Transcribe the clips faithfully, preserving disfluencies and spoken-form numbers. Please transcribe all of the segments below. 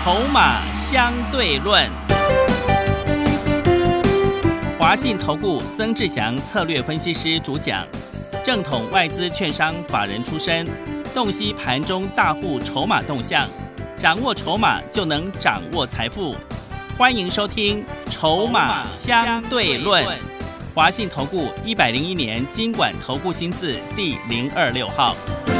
筹码相对论。华信投顾曾志祥策略分析师主讲，正统外资券商法人出身，洞悉盘中大户筹码动向，掌握筹码就能掌握财富。欢迎收听《筹码相对论》。华信投顾一百零一年金管投顾新字第零二六号。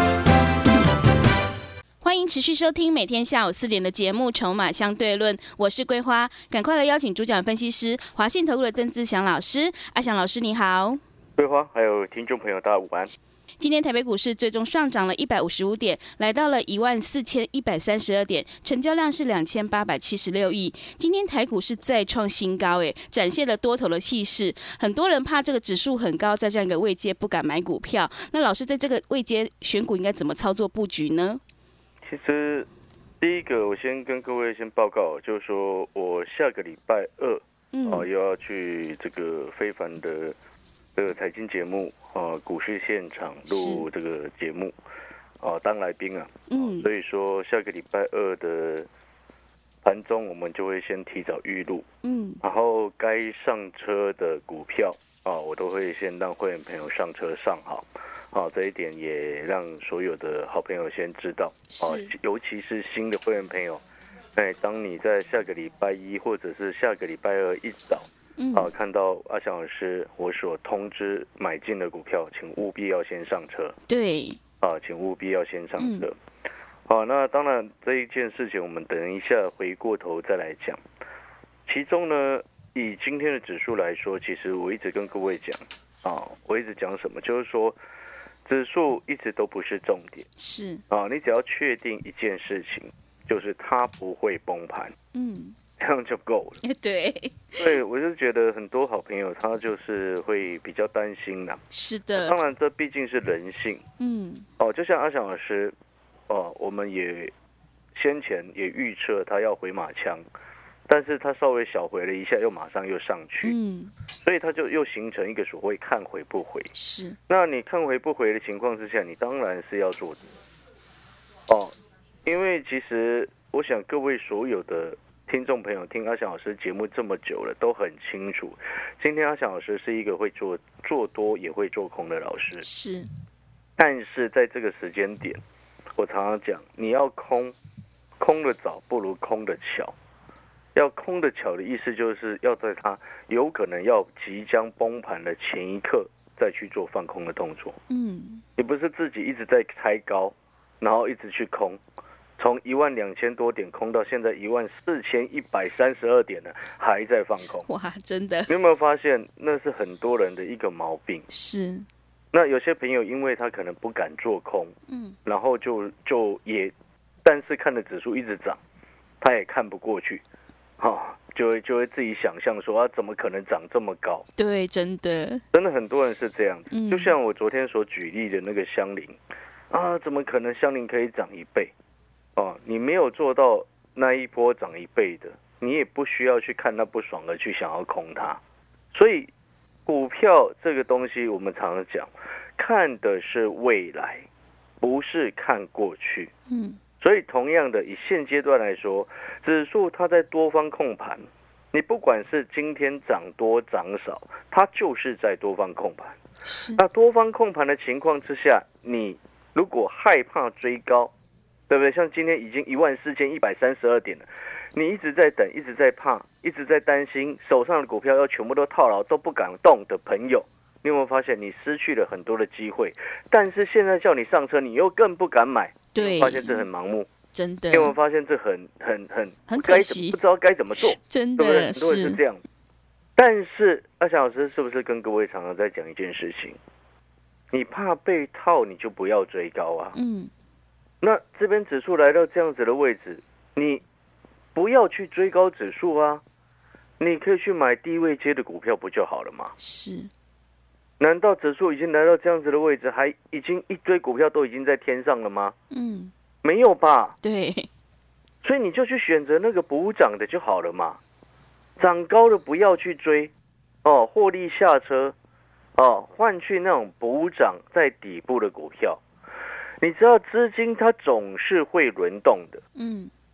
欢迎持续收听每天下午四点的节目《筹码相对论》，我是桂花，赶快来邀请主讲分析师华信投顾的曾志祥老师。阿祥老师你好。 桂花还有听众朋友大家午安。 今天台北股市最终上涨了一百五十五点，来到了一万四千一百三十二点，成交量是两千八百七十六亿。今天台股是再创新高，哎，展现了多头的气势。很多人怕这个指数很高，在这样一个位阶不敢买股票。那老师在这个位阶选股应该怎么操作布局呢？ 其实第一个，我先跟各位先报告，就是说我下个礼拜二，嗯，哦，又要去这个非凡的这个财经节目，哦，股市现场录这个节目，哦，当来宾啊，嗯，所以说下个礼拜二的盘中，我们就会先提早预录，嗯，然后该上车的股票，啊，我都会先让会员朋友上车上好。好，这一点也让所有的好朋友先知道，哦，尤其是新的会员朋友，哎，当你在下个礼拜一或者是下个礼拜二一早，嗯，啊，看到阿翔老师我所通知买进的股票，请务必要先上车。 对， 啊，请务必要先上车。嗯、好，那当然这一件事情，我们等一下回过头再来讲。其中呢，以今天的指数来说，其实我一直跟各位讲，啊，我一直讲什么，就是说。指数一直都不是重点， 是啊，你只要确定一件事情，就是它不会崩盘，嗯，这样就够了。 对， 对，我就觉得很多好朋友他就是会比较担心啦。 是的， 当然这毕竟是人性，嗯，哦，就像阿翔老师，哦，我们也先前也预测他要回马枪。但是它稍微小回了一下，又马上又上去，嗯，所以它就又形成一个所谓看回不回。 是， 那你看回不回的情况之下，你当然是要做的哦，因为其实我想各位所有的听众朋友听阿翔老师节目这么久了，都很清楚，今天阿翔老师是一个会做做多也会做空的老师， 是， 但是在这个时间点，我常常讲，你要空，空的早不如空的巧。要空的巧的意思就是要在它有可能要即将崩盘的前一刻再去做放空的动作。嗯，你不是自己一直在猜高，然后一直去空，从一万两千多点空到现在一万四千一百三十二点了，还在放空。 哇，真的！ 你有没有发现那是很多人的一个毛病？ 是。 那有些朋友因为他可能不敢做空，嗯，然后就就也，但是看着指数一直涨，他也看不过去。哦，就会就会自己想象说啊，怎么可能涨这么高？ 对，真的， 真的很多人是这样子。嗯、就像我昨天所举例的那个香菱啊，怎么可能香菱可以涨一倍？哦，你没有做到那一波涨一倍的，你也不需要去看那不爽而去想要空它。所以股票这个东西，我们常常讲，看的是未来，不是看过去。嗯。所以同样的，以现阶段来说，指数它在多方控盘，你不管是今天涨多涨少，它就是在多方控盘。那多方控盘的情况之下，你如果害怕追高，对不对？像今天已经一万四千一百三十二点了，你一直在等，一直在怕，一直在担心，手上的股票要全部都套牢都不敢动的朋友，你有没有发现你失去了很多的机会？但是现在叫你上车，你又更不敢买。 对， 发现这很盲目， 真的。 因为我发现这很很很很可惜， 不知道该怎么做， 真的， 对不对？很多人是这样。但是阿翔老师是不是跟各位常常在讲一件事情？你怕被套，你就不要追高啊。嗯。那这边指数来到这样子的位置，你不要去追高指数啊，你可以去买低位接的股票不就好了吗？ 是。 难道指数已经来到这样子的位置，还已经一堆股票都已经在天上了吗？嗯，没有吧？ 对， 所以你就去选择那个补涨的就好了嘛，涨高的不要去追，哦，获利下车，哦，换去那种补涨在底部的股票。你知道资金它总是会轮动的，嗯，对不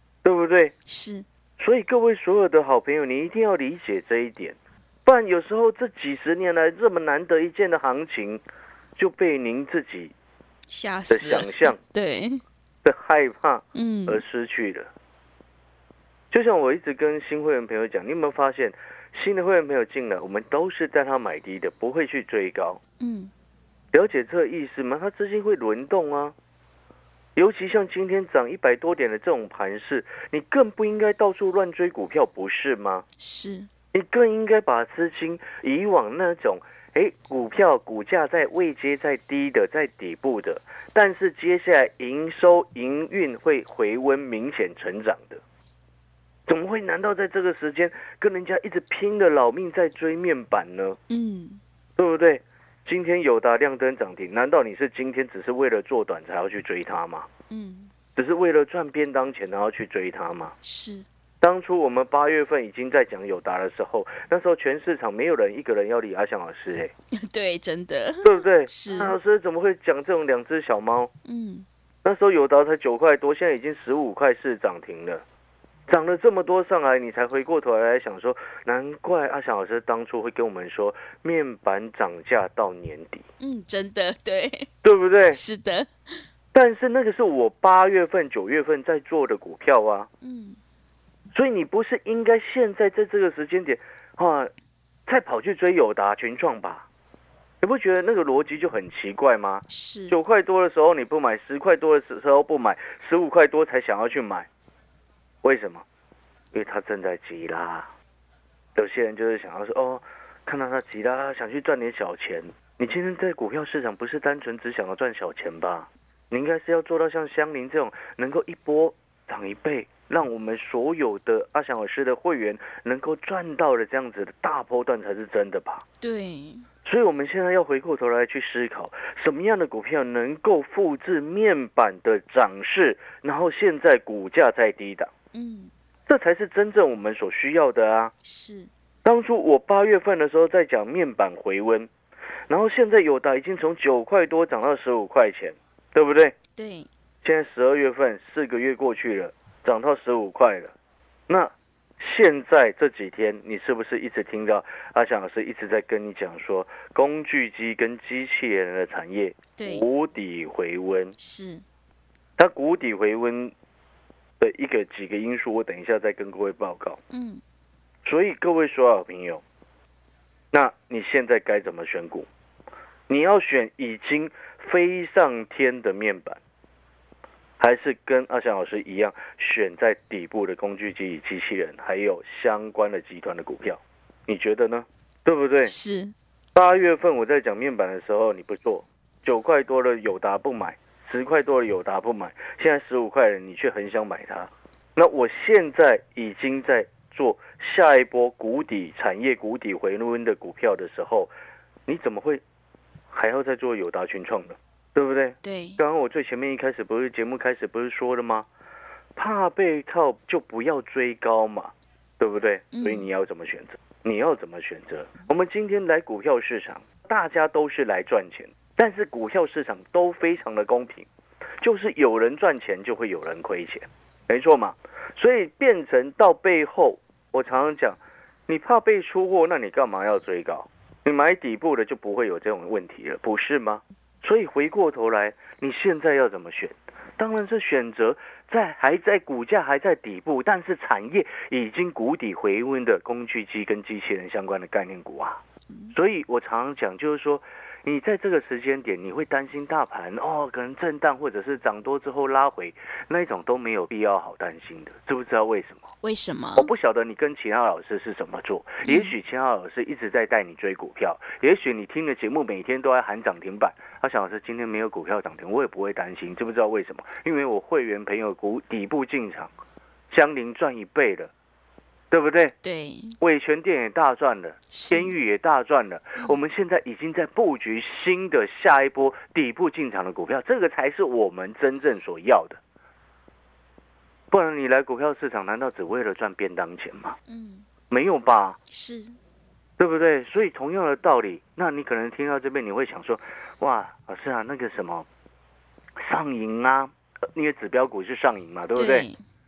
不对？ 是。 所以各位所有的好朋友，你一定要理解这一点，不然有时候这几十年来这么难得一见的行情，就被您自己吓死的想象对的害怕嗯而失去了。就像我一直跟新会员朋友讲，你有没有发现，新的会员朋友进来，我们都是带他买低的，不会去追高。 嗯， 了解这个意思吗？他资金会轮动啊。尤其像今天涨一百多点的这种盘势，你更不应该到处乱追股票，不是吗？ 是。 你更应该把资金以往那种，哎，股票股价在位阶在低的，在底部的，但是接下来营收营运会回温明显成长的，怎么会？难道在这个时间跟人家一直拼了老命在追面板呢？ 嗯， 对不对？今天友达亮灯涨停，难道你是今天只是为了做短才要去追它吗？ 嗯， 只是为了赚便当钱然后去追它吗？ 是。 当初我们八月份已经在讲友达的时候，那时候全市场没有人一个人要理阿翔老师、欸， 对，真的， 对不对？ 是。 那老师怎么会讲这种两只小猫？ 嗯， 那时候友达才九块多，现在已经十五块四涨停了。涨了这么多上来，你才回过头来想说，难怪阿翔老师当初会跟我们说面板涨价到年底。 嗯，真的，对， 对不对？ 是的。 但是那个是我八月份、九月份在做的股票啊。 嗯， 所以你不是应该现在在这个时间点啊，再跑去追友达、群创吧？你不觉得那个逻辑就很奇怪吗？ 是。 九块多的时候你不买，十块多的时候不买，十五块多才想要去买。为什么？因为他正在急拉，有些人就是想要说哦，看到他急拉，想去赚点小钱。你今天在股票市场不是单纯只想要赚小钱吧？你应该是要做到像香菱这种能够一波涨一倍，让我们所有的阿翔老师的会员能够赚到的这样子的大波段才是真的吧？ 对。 所以我们现在要回过头来去思考，什么样的股票能够复制面板的涨势，然后现在股价在低档。 嗯， 这才是真正我们所需要的啊！ 是。 当初我八月份的时候在讲面板回温，然后现在友达已经从九块多涨到十五块钱，对不对？ 对。 现在十二月份四个月过去了，涨到十五块了。那现在这几天，你是不是一直听到阿翔老师一直在跟你讲说，工具机跟机器人的产业谷底回温？ 是。 它谷底回温的一个几个因素，我等一下再跟各位报告。 嗯， 所以各位所有朋友，那你现在该怎么选股？你要选已经飞上天的面板，还是跟阿翔老师一样选在底部的工具机与机器人，还有相关的集团的股票？你觉得呢？对不对？ 是。 八月份我在讲面板的时候，你不做，九块多的友达不买。十块多的友达不买，现在十五块了，你却很想买它。那我现在已经在做下一波谷底产业谷底回温的股票的时候，你怎么会还要再做友达群创呢？对不对？ 对。 刚刚我最前面一开始不是节目开始不是说了吗？怕被套就不要追高嘛，对不对？所以你要怎么选择？你要怎么选择？我们今天来股票市场，大家都是来赚钱。但是股票市场都非常的公平，就是有人赚钱就会有人亏钱，没错嘛。所以变成到背后，我常常讲，你怕被出货，那你干嘛要追高？你买底部的就不会有这种问题了，不是吗？所以回过头来，你现在要怎么选？当然是选择在还在股价还在底部，但是产业已经谷底回温的工具机跟机器人相关的概念股啊。所以我常常讲，就是说，你在这个时间点，你会担心大盘哦，可能震荡或者是涨多之后拉回，那一种都没有必要好担心的，知不知道为什么？ 为什么？ 我不晓得你跟其他老师是怎么做，也许其他老师一直在带你追股票，也许你听的节目每天都在喊涨停板，阿翔老师今天没有股票涨停，我也不会担心，知不知道为什么？因为我会员朋友股底部进场，相邻赚一倍了。对不对？ 对， 伟全店也大赚了，天宇也大赚了。我们现在已经在布局新的下一波底部进场的股票，这个才是我们真正所要的。不然你来股票市场，难道只为了赚便当钱吗？嗯，没有吧？ 是， 对不对？所以同样的道理，那你可能听到这边，你会想说，哇，老师啊，那个什么上影啊，因为指标股是上影嘛，对不对？对，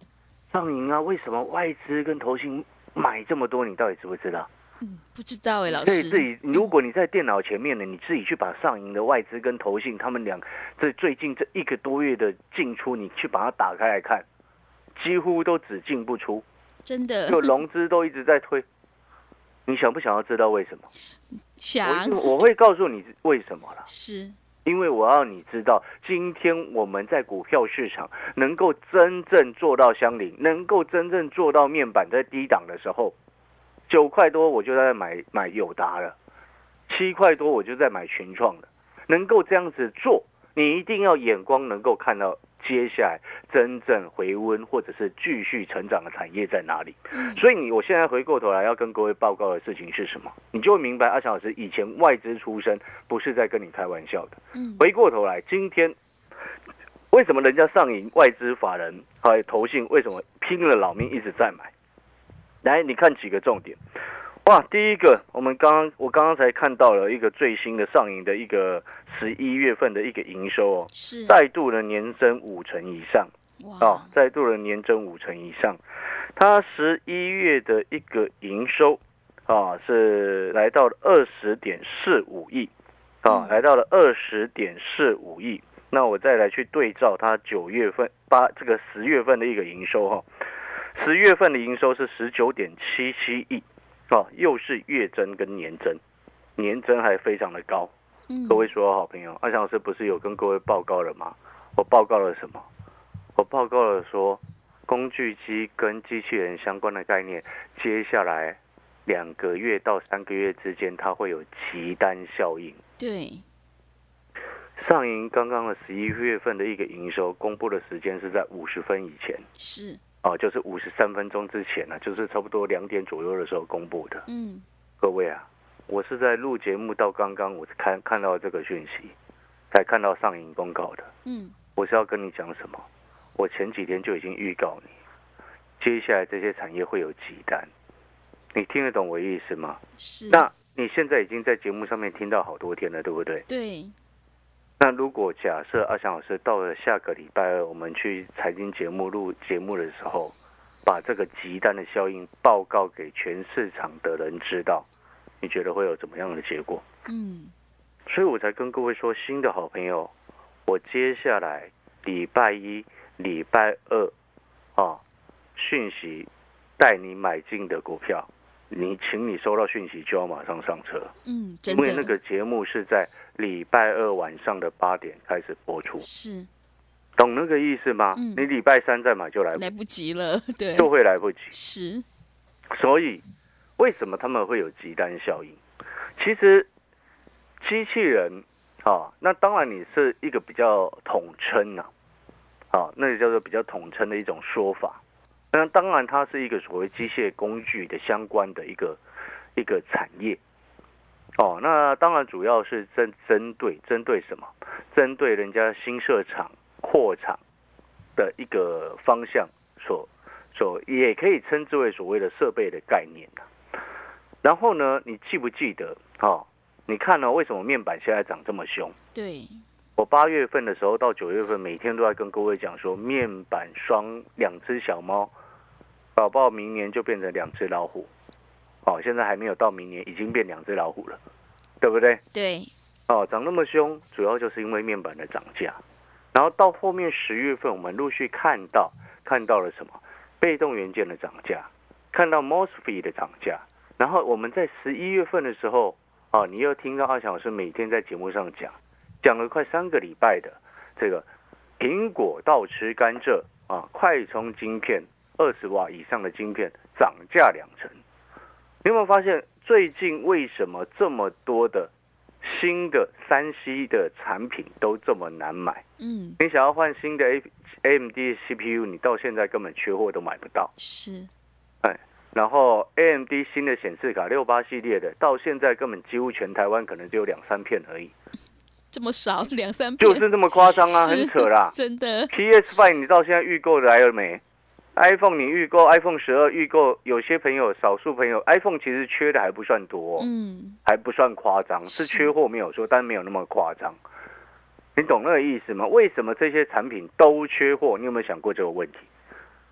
上银啊，为什么外资跟投信买这么多？你到底知不知道？ 嗯，不知道哎，老所以师。 自己，如果你在电脑前面呢，你自己去把上银的外资跟投信他们俩这最近这一个多月的进出，你去把它打开来看，几乎都只进不出， 真的。 就融资都一直在推。你想不想要知道为什么？ 想。 我我会告诉你为什么了。 是。 因为我要你知道，今天我们在股票市场能够真正做到相邻，能够真正做到面板在低档的时候，九块多我就在买买友达了，七块多我就在买群创了。能够这样子做，你一定要眼光能够看到接下来真正回温或者是继续成长的产业在哪里。所以你我现在回过头来要跟各位报告的事情是什么，你就会明白阿翔老师以前外资出身不是在跟你开玩笑的。回过头来，今天为什么人家上银外资法人还有投信为什么拼了老命一直在买？来，你看几个重点。哇，第一个，我们刚刚我刚刚才看到了一个最新的上银的一个十一月份的一个营收哦， 是再度的年增五成以上，哦，再度的年增五成以上。它十一月的一个营收啊是来到了二十点四五亿，啊，来到了二十点四五亿。那我再来去对照它九月份八这个十月份的一个营收哈，十月份的营收是十九点七七亿。哦，又是月增跟年增，年增还非常的高。嗯、各位所有好朋友，阿翔老师不是有跟各位报告了吗？我报告了什么？我报告了说，工具机跟机器人相关的概念，接下来两个月到三个月之间，它会有急单效应。 对。 上银刚刚的十一月份的一个营收公布的时间是在五十分以前。 是。 哦，就是五十三分钟之前呢、啊，就是差不多两点左右的时候公布的。 嗯， 各位啊，我是在录节目到刚刚，我看看到这个讯息，才看到上银公告的。 嗯， 我是要跟你讲什么？我前几天就已经预告你，接下来这些产业会有急单，你听得懂我意思吗？ 是。 那你现在已经在节目上面听到好多天了，对不对？ 对。 那如果假设阿翔老师到了下个礼拜二，我们去财经节目录节目的时候，把这个急单的效应报告给全市场的人知道，你觉得会有怎么样的结果？ 嗯， 所以我才跟各位说，新的好朋友，我接下来礼拜一、礼拜二啊，讯息带你买进的股票，你请你收到讯息就要马上上车。 嗯，真的， 因为那个节目是在礼拜二晚上的八点开始播出， 是， 懂那个意思吗？嗯、你礼拜三再买就来不及来不及了，对， 就会来不及。 是， 所以为什么他们会有急单效应？其实机器人啊，那当然你是一个比较统称呐、啊，啊，那个叫做比较统称的一种说法。那当然它是一个所谓机械工具的相关的一个一个产业。哦，那当然主要是针针对针对什么？针对人家新设厂扩厂的一个方向所所也可以称之为所谓的设备的概念。然后呢，你记不记得？哦，你看呢、哦，为什么面板现在涨这么凶？ 对， 我八月份的时候到九月份，每天都在跟各位讲说，面板双两只小猫，搞不好明年就变成两只老虎。哦，现在还没有到明年，已经变两只老虎了，对不对？ 对。 哦，涨那么凶，主要就是因为面板的涨价。然后到后面十月份，我们陆续看到看到了什么？被动元件的涨价，看到 M O S F E T 的涨价。然后我们在十一月份的时候，哦，你又听到阿翔老师每天在节目上讲，讲了快三个礼拜的这个苹果倒吃甘蔗啊，快充晶片二十瓦以上的晶片涨价两成。你有没有发现最近为什么这么多的新的三 C 的产品都这么难买？嗯，你想要换新的 A M D C P U， 你到现在根本缺货都买不到。 是， 哎，然后 A M D 新的显示卡六八系列的，到现在根本几乎全台湾可能只有两三片而已。 这么少，两三片， 就是这么夸张啊，很扯啦， 真的。 P S 五 你到现在预购来了没？iPhone 你预购 iPhone 十二预购，有些朋友少数朋友 iPhone 其实缺的还不算多，嗯，还不算夸张，是缺货没有说，但没有那么夸张。你懂那个意思吗？为什么这些产品都缺货？你有没有想过这个问题？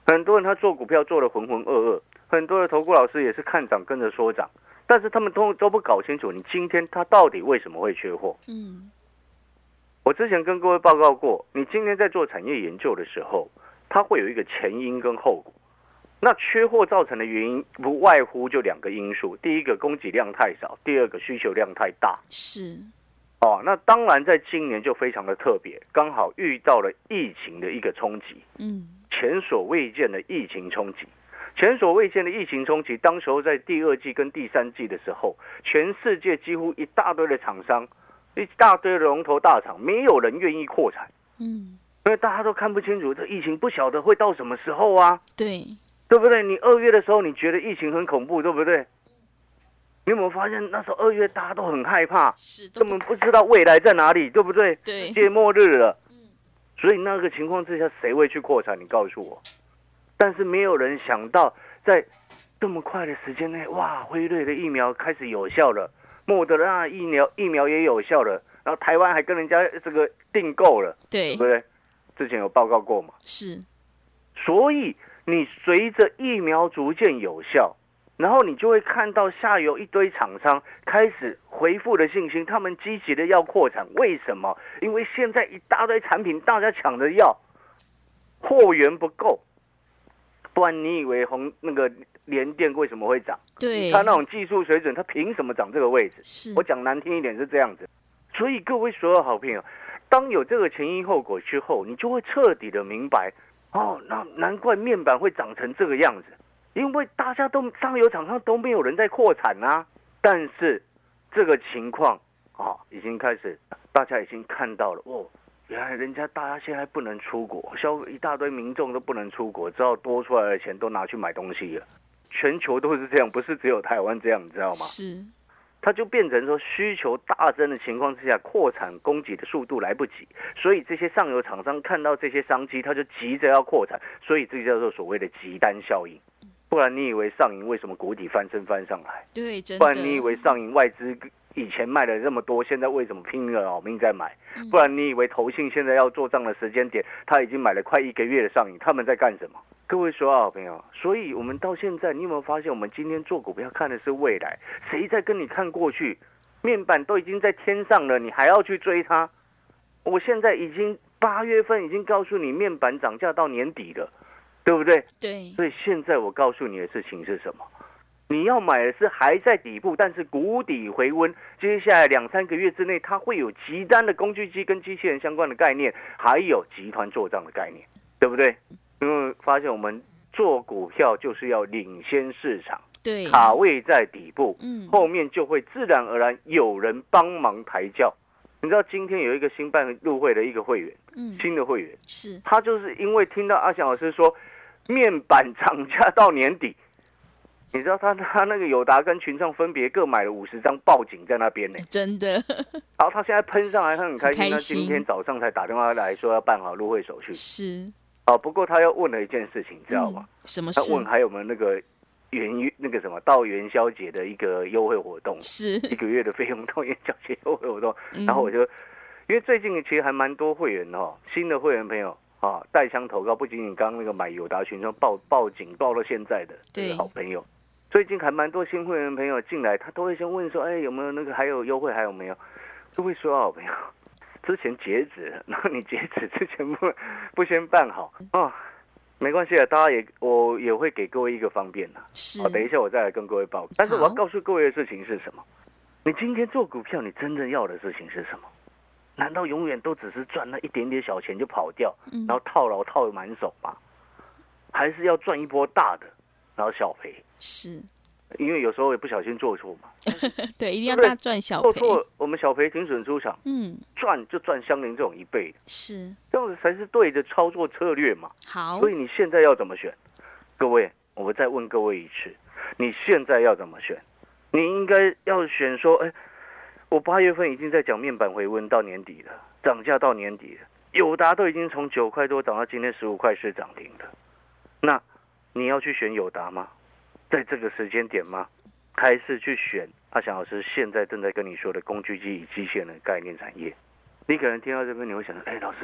很多人他做股票做得浑浑噩噩，很多的投顾老师也是看涨跟着说涨，但是他们都都不搞清楚，你今天他到底为什么会缺货？ 嗯， 我之前跟各位报告过，你今天在做产业研究的时候，它会有一个前因跟后果。那缺货造成的原因不外乎就两个因素，第一个供给量太少，第二个需求量太大。 是。 哦，那当然在今年就非常的特别，刚好遇到了疫情的一个冲击， 嗯， 前所未见的疫情冲击。前所未见的疫情冲击，当时候在第二季跟第三季的时候，全世界几乎一大堆的厂商，一大堆的龙头大厂，没有人愿意扩产， 嗯， 因为大家都看不清楚这疫情不晓得会到什么时候啊， 对， 对不对？你二月的时候你觉得疫情很恐怖，对不对？你有没有发现那时候二月大家都很害怕， 是根本不知道未来在哪里，对不对？ 对， 世界末日了，所以那个情况之下，谁会去扩产？你告诉我。但是没有人想到，在这么快的时间内，哇，辉瑞的疫苗开始有效了，莫德纳疫苗疫苗也有效了，然后台湾还跟人家这个订购了， 对， 对不对？之前有报告过嘛？ 是。 所以你随着疫苗逐渐有效，然后你就会看到下游一堆厂商开始恢复了信心，他们积极的要扩产。为什么？因为现在一大堆产品大家抢着要，货源不够。不然你以为红那个联电为什么会涨？ 对， 它那种技术水准，它凭什么涨这个位置？ 是， 我讲难听一点是这样子。所以各位所有好朋友，当有这个前因后果之后，你就会彻底的明白，哦，那难怪面板会长成这个样子，因为大家都上游厂商都没有人在扩产啊。但是这个情况啊、哦，已经开始，大家已经看到了哦。原来人家大家现在不能出国，消一大堆民众都不能出国，只好多出来的钱都拿去买东西了。全球都是这样，不是只有台湾这样，你知道吗？ 是， 它就变成说需求大增的情况之下，扩产供给的速度来不及，所以这些上游厂商看到这些商机，他就急着要扩产，所以这叫做所谓的急单效应。不然你以为上银为什么谷底翻身翻上来？ 对，真的。 不然你以为上银外资以前卖了这么多，现在为什么拼了老命在买？不然你以为投信现在要做账的时间点，他已经买了快一个月的上银，他们在干什么？各位所有好朋友，所以我们到现在，你有没有发现，我们今天做股票看的是未来？谁在跟你看过去？面板都已经在天上了，你还要去追它？我现在已经八月份已经告诉你，面板涨价到年底了，对不对？ 对。 所以现在我告诉你的事情是什么？你要买的是还在底部，但是谷底回温，接下来两三个月之内，它会有极单的工具机跟机器人相关的概念，还有集团做账的概念，对不对？因为发现我们做股票就是要领先市场， 对， 卡位在底部， 嗯， 后面就会自然而然有人帮忙抬轿。你知道今天有一个新办入会的一个会员，嗯，新的会员是， 他就是因为听到阿翔老师说面板涨价到年底。你知道他他那个友达跟群创分别各买了五十张报警在那边呢， 真的。 然后他现在喷上来，他很开心。 开心他今天早上才打电话来说要办好入会手续。 是。 哦，不过他又问了一件事情，知道吗？ 嗯、什么事？ 他问还有没有那个元那个什么到元宵节的一个优惠活动， 是一个月的费用到元宵节优惠活动。 嗯、 然后我就因为最近其实还蛮多会员哦，新的会员朋友啊，带枪投靠，不仅仅刚刚那个买友达群创报报警报到现在的这个好朋友。最近还蛮多新会员朋友进来，他都会先问说：“哎，有没有那个还有优惠，还有没有？”各位说好朋友，之前截止了，然后你截止之前不不先办好哦，没关系啊，大家也我也会给各位一个方便的。 是， 好，等一下我再来跟各位报。但是我要告诉各位的事情是什么？你今天做股票，你真正要的事情是什么？难道永远都只是赚那一点点小钱就跑掉，嗯、然后套牢套满手吗？还是要赚一波大的？然后小赔， 是因为有时候也不小心做错嘛。 对，一定要大赚小赔。 做错，我们小赔停损出场，嗯，赚就赚相邻这种一倍的， 是这样子才是对的操作策略嘛。 好， 所以你现在要怎么选？各位，我再问各位一次，你现在要怎么选？你应该要选说，哎，我八月份已经在讲面板回温到年底了，涨价到年底了，友达都已经从九块多涨到今天十五块是涨停的，那你要去选友达吗？在这个时间点吗？还是去选阿翔老师现在正在跟你说的工具机与机械人的概念产业？你可能听到这边，你会想说：哎，老师，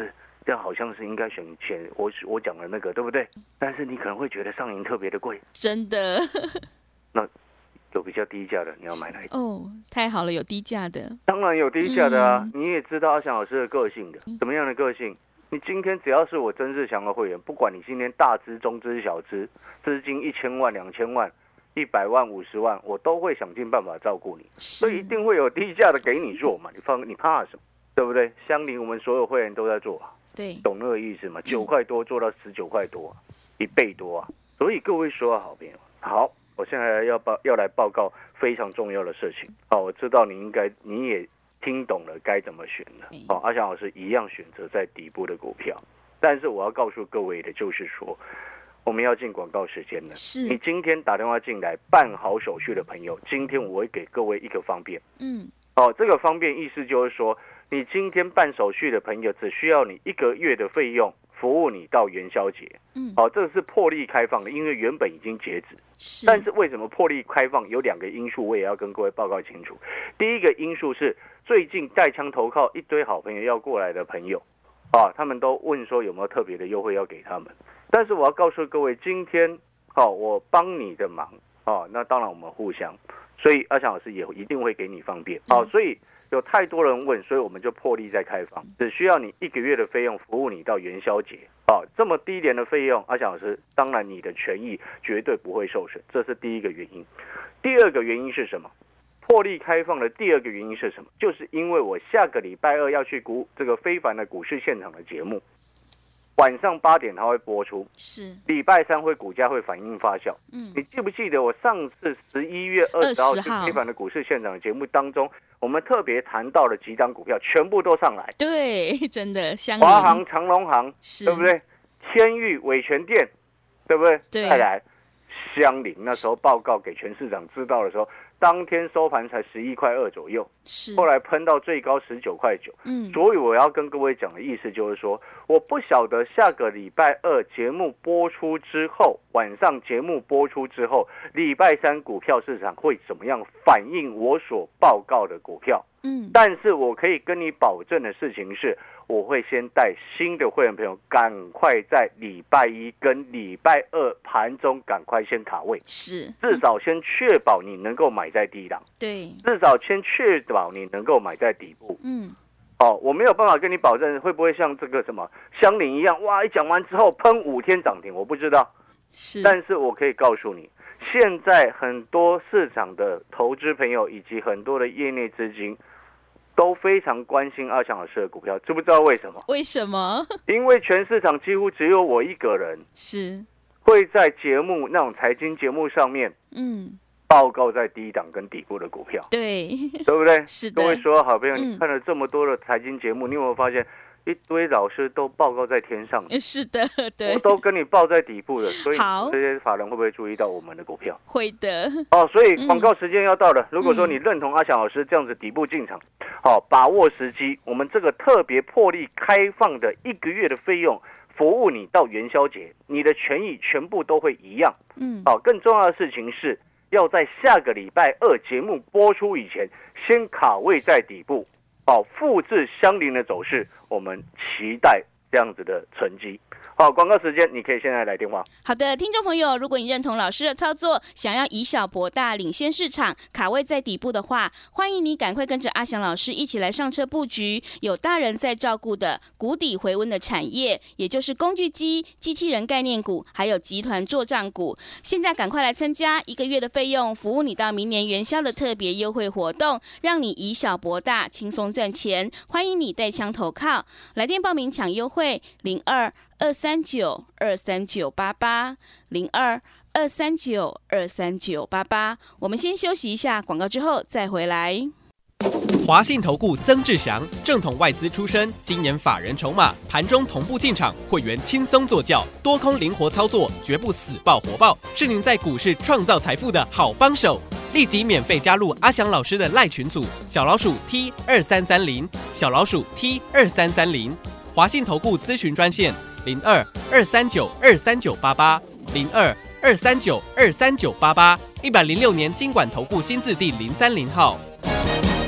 这样好像是应该选选我我讲的那个，对不对？但是你可能会觉得上银特别的贵， 真的。 那有比较低价的，你要买哪一个？ 哦，太好了，有低价的。 当然有低价的啊！ 嗯、 你也知道阿翔老师的个性的，什么样的个性？你今天只要是我曾志祥的会员，不管你今天大资、中资、小资，资金一千万、两千万、一百万、五十万，我都会想尽办法照顾你，所以一定会有低价的给你做嘛。你放你怕什么？对不对？相邻我们所有会员都在做啊， 对， 懂那个意思吗？九块多做到十九块多、啊，一倍多啊！所以各位说好朋友，好，我现在要报要来报告非常重要的事情。好，我知道你应该你也听懂了该怎么选了。好，阿翔老师一样选择在底部的股票，但是我要告诉各位的就是说，我们要进广告时间了。 是， 你今天打电话进来办好手续的朋友，今天我会给各位一个方便。 嗯， 哦，这个方便意思就是说，你今天办手续的朋友，只需要你一个月的费用，服务你到元宵节。嗯，好、哦，这个是破例开放的，因为原本已经截止。是，但是为什么破例开放？有两个因素，我也要跟各位报告清楚。第一个因素是最近带枪投靠一堆好朋友要过来的朋友，啊，他们都问说有没有特别的优惠要给他们。但是我要告诉各位，今天，好、哦，我帮你的忙，哦，那当然我们互相，所以阿翔老师也一定会给你方便。好、哦，所以。有太多人问，所以我们就破例再开放，只需要你一个月的费用，服务你到元宵节。好、哦，这么低廉的费用，阿翔老师，当然你的权益绝对不会受损，这是第一个原因。第二个原因是什么？破例开放的第二个原因是什么？就是因为我下个礼拜二要去股这个非凡的股市现场的节目。晚上八点它会播出，是礼拜三会股价会反应发酵。嗯，你记不记得我上次十一月二十号去非凡的股市现场的节目当中，我们特别谈到的几档股票全部都上来。 对，真的， 华航、长荣航，对不对？天钰、伟全电，对不对？对。再来，相邻那时候报告给全市场知道的时候，当天收盘才十一块二左右，是后来喷到最高十九块九。嗯，所以我要跟各位讲的意思就是说，我不晓得下个礼拜二节目播出之后，晚上节目播出之后，礼拜三股票市场会怎么样反映我所报告的股票。嗯，但是我可以跟你保证的事情是，我会先带新的会员朋友赶快在礼拜一跟礼拜二盘中赶快先卡位，是至少先确保你能够买在低档，对，至少先确保你能够买在底部。嗯，哦，我没有办法跟你保证会不会像这个什么相邻一样，哇，一讲完之后喷五天涨停，我不知道，是，但是我可以告诉你，现在很多市场的投资朋友以及很多的业内资金都非常关心阿翔老师的股票，知不知道为什么？为什么？因为全市场几乎只有我一个人是会在节目那种财经节目上面，嗯，报告在低档跟底部的股票，对，对不对？是的。各位说好朋友，你看了这么多的财经节目，你有没有发现一堆老师都报告在天上？是的，对，我都跟你报在底部的，所以这些法人会不会注意到我们的股票？会的。哦，所以广告时间要到了。如果说你认同阿翔老师这样子底部进场，好，把握时机，我们这个特别破例开放的一个月的费用，服务你到元宵节，你的权益全部都会一样。嗯，好，更重要的事情是要在下个礼拜二节目播出以前，先卡位在底部。好，复制相邻的走势，我们期待这样子的成绩。好，广告时间，你可以现在来电话。好的，听众朋友，如果你认同老师的操作，想要以小博大，领先市场，卡位在底部的话，欢迎你赶快跟着阿翔老师一起来上车布局有大人在照顾的谷底回温的产业，也就是工具机、机器人概念股，还有集团作战股。现在赶快来参加一个月的费用，服务你到明年元宵的特别优惠活动，让你以小博大，轻松赚钱。欢迎你带枪投靠，来电报名抢优惠零二二三九二三九八八零二二三九二三九八八。我们先休息一下广告，之后再回来。 华信投顾曾志祥，正统外资出身，今年法人筹码，盘中同步进场，会员轻松做教，多空灵活操作，绝不死抱活抱，是您在股市创造财富的好帮手。立即免费加入阿翔老师的赖群组，小老鼠 T 二三三零，小老鼠 T 二三三零。华信投顾咨询专线零二二三九二三九八八零二二三九二三九八八，一百零六年金管投顾新字第零三零号。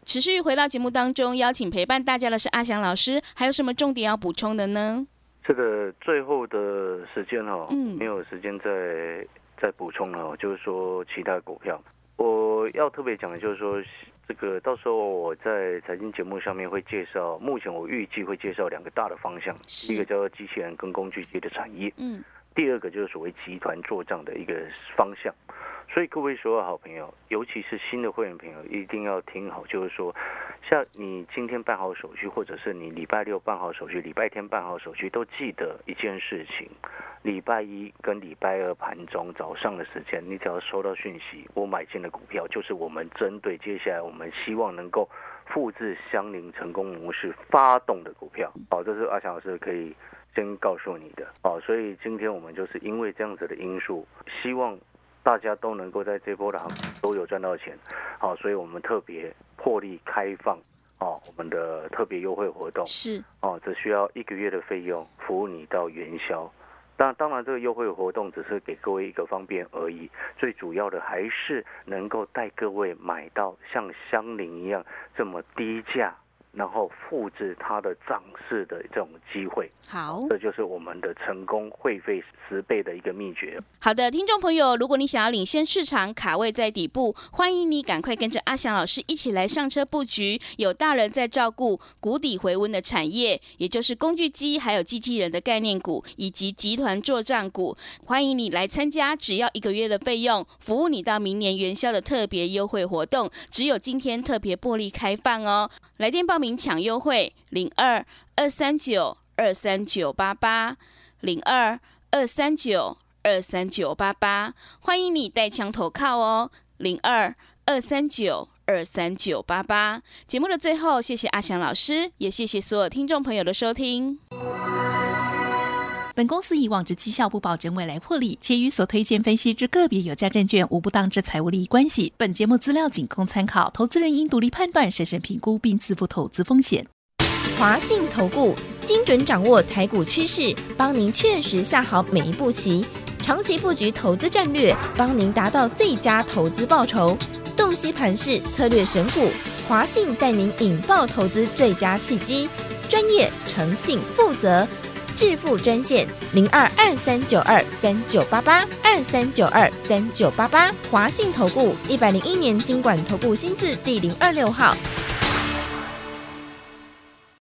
持续回到节目当中，邀请陪伴大家的是阿翔老师，还有什么重点要补充的呢？ 这个最后的时间哦， 嗯， 没有时间再再补充了，就是说其他股票，我要特别讲的就是说，这个到时候我在财经节目上面会介绍，目前我预计会介绍两个大的方向，一个叫做机器人跟工具机的产业，嗯，第二个就是所谓集团做账的一个方向。所以各位所有好朋友，尤其是新的会员朋友，一定要听好，就是说，像你今天办好手续，或者是你礼拜六办好手续，礼拜天办好手续，都记得一件事情：礼拜一跟礼拜二盘中早上的时间，你只要收到讯息，我买进的股票，就是我们针对接下来我们希望能够复制相邻成功模式发动的股票。好，这是阿翔老师可以先告诉你的。好，所以今天我们就是因为这样子的因素，希望大家都能够在这波的行情都有赚到钱，好，所以我们特别破例开放，哦，我们的特别优惠活动是， 哦，只需要一个月的费用，服务你到元宵。当当然，这个优惠活动只是给各位一个方便而已，最主要的还是能够带各位买到像相邻一样这么低价，然后复制它的涨势的这种机会。 好， 这就是我们的成功会费十倍的一个秘诀。 好的，听众朋友，如果你想要领先市场，卡位在底部，欢迎你赶快跟着阿翔老师一起来上车布局，有大人在照顾，谷底回温的产业，也就是工具机还有机器人的概念股以及集团作战股，欢迎你来参加，只要一个月的费用，服务你到明年元宵的特别优惠活动，只有今天特别破例开放哦。来电报名抢优惠零二二三九二三九八八零二二三九二三九八八，欢迎你带枪投靠哦，零二二三九二三九八八。节目的最后，谢谢阿翔老师，也谢谢所有听众朋友的收听。 本公司以往之绩效不保证未来获利，且与所推荐分析之个别有价证券无不当之财务利益关系。本节目资料仅供参考，投资人应独立判断、审慎评估并自负投资风险。 华信投顾精准掌握台股趋势，帮您确实下好每一步棋，长期布局投资战略，帮您达到最佳投资报酬。洞悉盘势，策略选股，华信带您引爆投资最佳契机，专业、诚信、负责。致富专线零二二三九二三九八八二三九二三九八八，华信投顾一百零一年金管投顾新字第零二六号。